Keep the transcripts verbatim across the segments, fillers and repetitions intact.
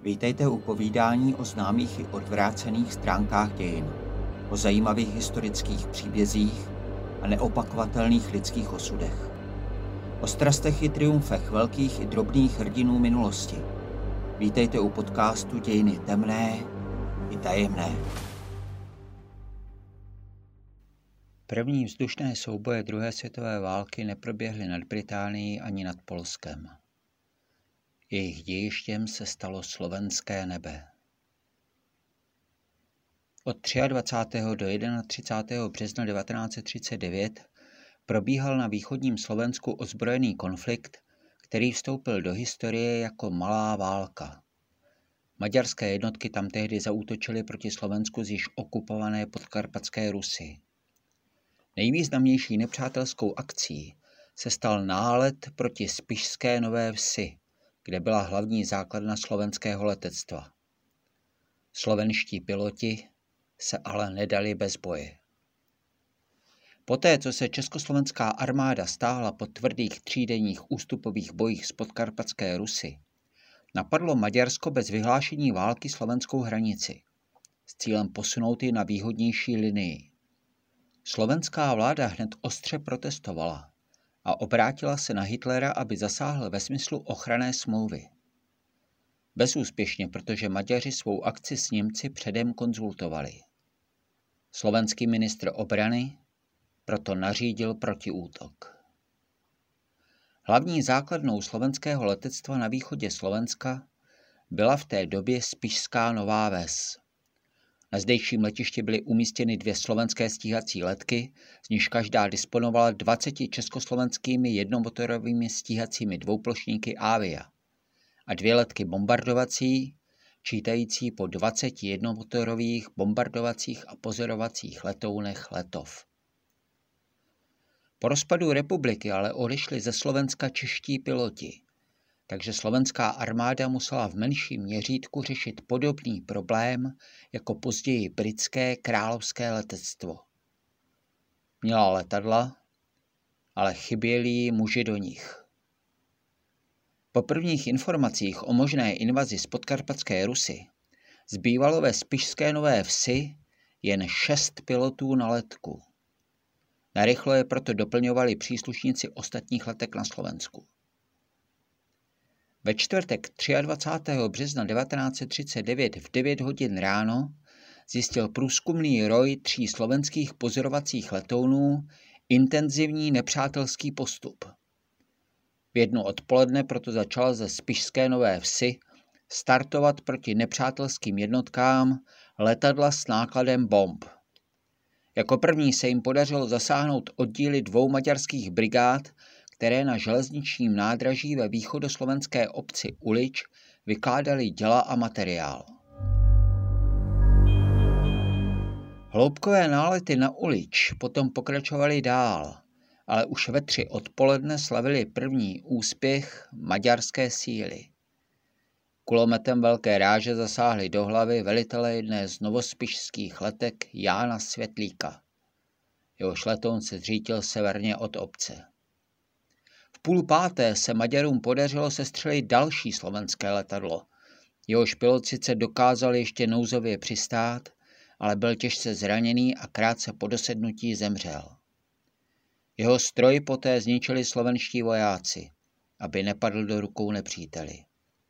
Vítejte u povídání o známých i odvrácených stránkách dějin, o zajímavých historických příbězích a neopakovatelných lidských osudech. O strastech i triumfech velkých i drobných hrdinů minulosti. Vítejte u podcastu Dějiny temné i tajemné. První vzdušné souboje druhé světové války neproběhly nad Británií ani nad Polskem. Jejich dějištěm se stalo slovenské nebe. Od dvacátého třetího do třicátého prvního března devatenáct set třicet devět probíhal na východním Slovensku ozbrojený konflikt, který vstoupil do historie jako Malá válka. Maďarské jednotky tam tehdy zaútočily proti Slovensku z již okupované Podkarpatské Rusy. Nejvýznamnější nepřátelskou akcí se stal nálet proti Spišské Nové Vsi, kde byla hlavní základna slovenského letectva. Slovenští piloti se ale nedali bez boje. Poté, co se československá armáda stáhla po tvrdých třídenních ústupových bojích z Podkarpatské Rusy, napadlo Maďarsko bez vyhlášení války slovenskou hranici s cílem posunout ji na výhodnější linii. Slovenská vláda hned ostře protestovala a obrátila se na Hitlera, aby zasáhl ve smyslu ochranné smlouvy. Bezúspěšně, protože Maďaři svou akci s Němci předem konzultovali. Slovenský ministr obrany proto nařídil protiútok. Hlavní základnou slovenského letectva na východě Slovenska byla v té době Spišská Nová Ves. Na zdejším letišti byly umístěny dvě slovenské stíhací letky, z nichž každá disponovala dvaceti československými jednomotorovými stíhacími dvouplošníky Avia a dvě letky bombardovací, čítající po dvaceti jednomotorových bombardovacích a pozorovacích letounech Letov. Po rozpadu republiky ale odešli ze Slovenska čeští piloti, takže slovenská armáda musela v menším měřítku řešit podobný problém jako později britské královské letectvo. Měla letadla, ale chyběli jí muži do nich. Po prvních informacích o možné invazi z Podkarpatské Rusy zbývalo ve Spišské Nové Vsi jen šest pilotů na letku. Narychlo je proto doplňovali příslušníci ostatních letek na Slovensku. Ve čtvrtek dvacátého třetího března devatenáct set třicet devět v devět hodin ráno zjistil průzkumný roj tří slovenských pozorovacích letounů intenzivní nepřátelský postup. V jednu odpoledne proto začal ze Spišské Nové Vsi startovat proti nepřátelským jednotkám letadla s nákladem bomb. Jako první se jim podařilo zasáhnout oddíly dvou maďarských brigád, které na železničním nádraží ve východoslovenské obci Ulič vykládali děla a materiál. Hloubkové nálety na Ulič potom pokračovaly dál, ale už ve tři odpoledne slavili první úspěch maďarské síly. Kulometem velké ráže zasáhli do hlavy velitele jedné z novospišských letek Jána Světlíka. Jehož letoun se zřítil severně od obce. V půl páté se Maďarům podařilo sestřelit další slovenské letadlo. Jehož pilot sice dokázal ještě nouzově přistát, ale byl těžce zraněný a krátce po dosednutí zemřel. Jeho stroj poté zničili slovenští vojáci, aby nepadl do rukou nepříteli.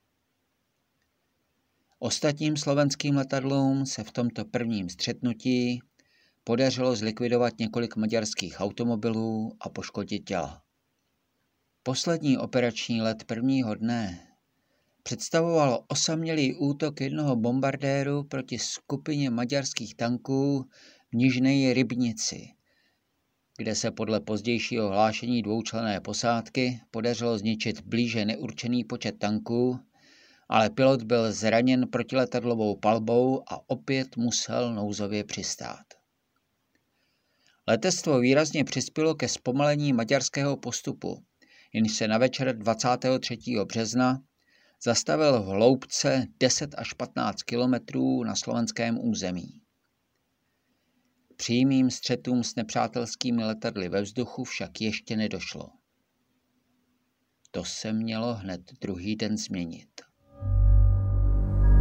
Ostatním slovenským letadlům se v tomto prvním střetnutí podařilo zlikvidovat několik maďarských automobilů a poškodit těla. Poslední operační let prvního dne představoval osamělý útok jednoho bombardéru proti skupině maďarských tanků v Nižnej Rybnici, kde se podle pozdějšího hlášení dvoučlenné posádky podařilo zničit blíže neurčený počet tanků, ale pilot byl zraněn protiletadlovou palbou a opět musel nouzově přistát. Letectvo výrazně přispělo ke zpomalení maďarského postupu, jenž se na večer dvacátého třetího března zastavil v hloubce deset až patnáct kilometrů na slovenském území. K přímým střetům s nepřátelskými letadly ve vzduchu však ještě nedošlo. To se mělo hned druhý den změnit.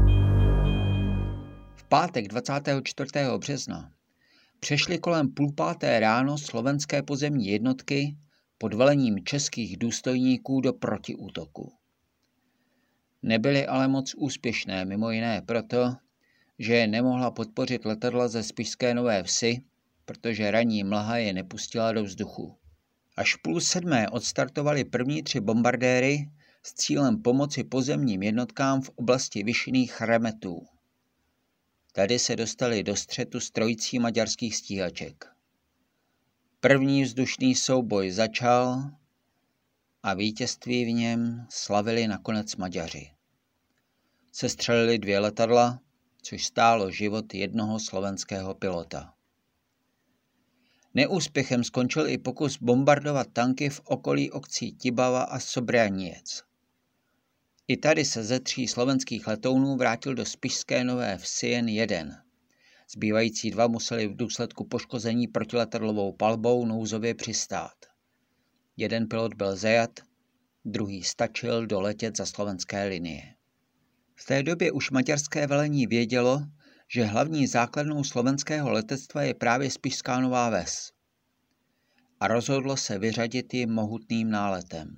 pátek dvacátého čtvrtého března přešly kolem půl páté ráno slovenské pozemní jednotky pod velením českých důstojníků do protiútoku. Nebyly ale moc úspěšné, mimo jiné proto, že je nemohla podpořit letadla ze Spišské Nové Vsi, protože ranní mlha je nepustila do vzduchu. Až půl sedmé odstartovali první tři bombardéry s cílem pomoci pozemním jednotkám v oblasti vyšinných Chremetů. Tady se dostali do střetu s trojicí maďarských stíhaček. První vzdušný souboj začal a vítězství v něm slavili nakonec Maďaři. Sestřelili dvě letadla, což stálo život jednoho slovenského pilota. Neúspěchem skončil i pokus bombardovat tanky v okolí obcí Tibava a Sobraniec. I tady se ze tří slovenských letounů vrátil do Spišské Nové Vsi jen jeden. Zbývající dva museli v důsledku poškození protiletadlovou palbou nouzově přistát. Jeden pilot byl zajat, druhý stačil doletět za slovenské linie. V té době už maďarské velení vědělo, že hlavní základnou slovenského letectva je právě Spišská Nová Ves. A rozhodlo se vyřadit ji mohutným náletem.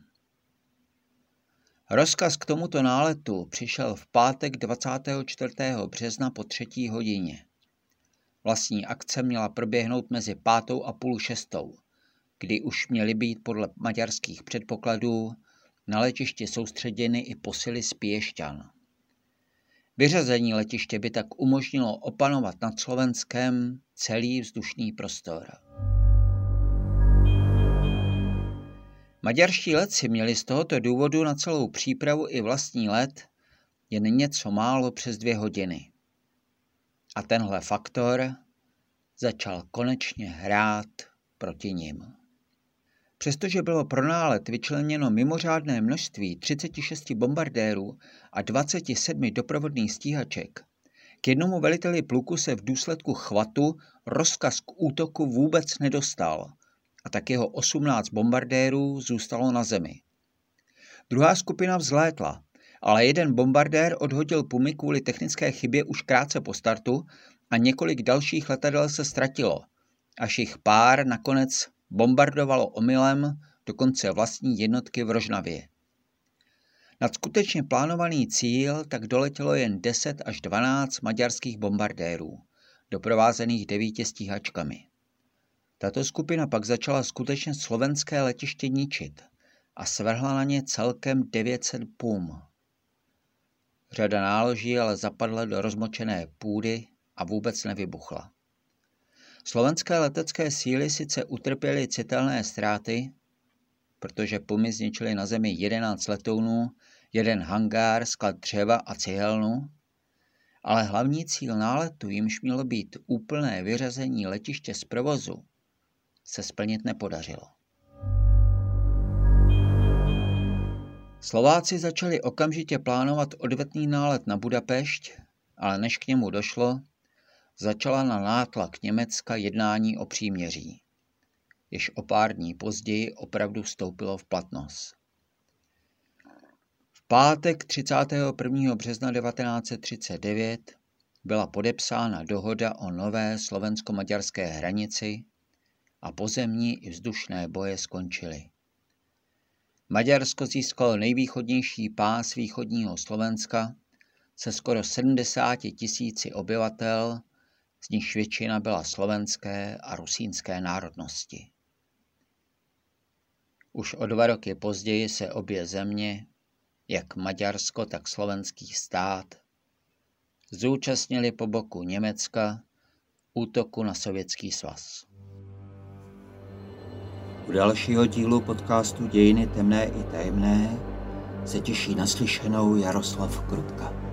Rozkaz k tomuto náletu přišel v pátek dvacátého čtvrtého března po třetí hodině. Vlastní akce měla proběhnout mezi pátou a půl šestou, kdy už měly být podle maďarských předpokladů na letiště soustředěny i posily z Piešťan. Vyřazení letiště by tak umožnilo opanovat nad Slovenskem celý vzdušný prostor. Maďarští letci měli z tohoto důvodu na celou přípravu i vlastní let jen něco málo přes dvě hodiny. A tenhle faktor začal konečně hrát proti nim. Přestože bylo pro nálet vyčleněno mimořádné množství třicet šest bombardérů a dvacet sedm doprovodných stíhaček, k jednomu veliteli pluku se v důsledku chvatu rozkaz k útoku vůbec nedostal a tak jeho osmnáct bombardérů zůstalo na zemi. Druhá skupina vzlétla, ale jeden bombardér odhodil pumy kvůli technické chybě už krátce po startu a několik dalších letadel se ztratilo, až jich pár nakonec bombardovalo omylem dokonce vlastní jednotky v Rožnavě. Nad skutečně plánovaný cíl tak doletělo jen deset až dvanáct maďarských bombardérů, doprovázených devíti stíhačkami. Tato skupina pak začala skutečně slovenské letiště ničit a svrhla na ně celkem devět set pum. Řada náloží ale zapadla do rozmočené půdy a vůbec nevybuchla. Slovenské letecké síly sice utrpěly citelné ztráty, protože pumy zničily na zemi jedenáct letounů, jeden hangár, sklad dřeva a cihelnu, ale hlavní cíl náletu, jimž mělo být úplné vyřazení letiště z provozu, se splnit nepodařilo. Slováci začali okamžitě plánovat odvetný nálet na Budapešť, ale než k němu došlo, začala na nátlak Německa jednání o příměří, jež o pár dní později opravdu vstoupilo v platnost. V pátek třicátého prvního března devatenáct set třicet devět byla podepsána dohoda o nové slovensko-maďarské hranici a pozemní i vzdušné boje skončily. Maďarsko získalo nejvýchodnější pás východního Slovenska se skoro sedmdesáti tisíci obyvatel, z nichž většina byla slovenské a rusínské národnosti. Už o dva roky později se obě země, jak Maďarsko, tak slovenský stát, zúčastnili po boku Německa útoku na Sovětský svaz. U dalšího dílu podcastu Dějiny temné i tajemné se těší naslyšenou Jaroslav Krutka.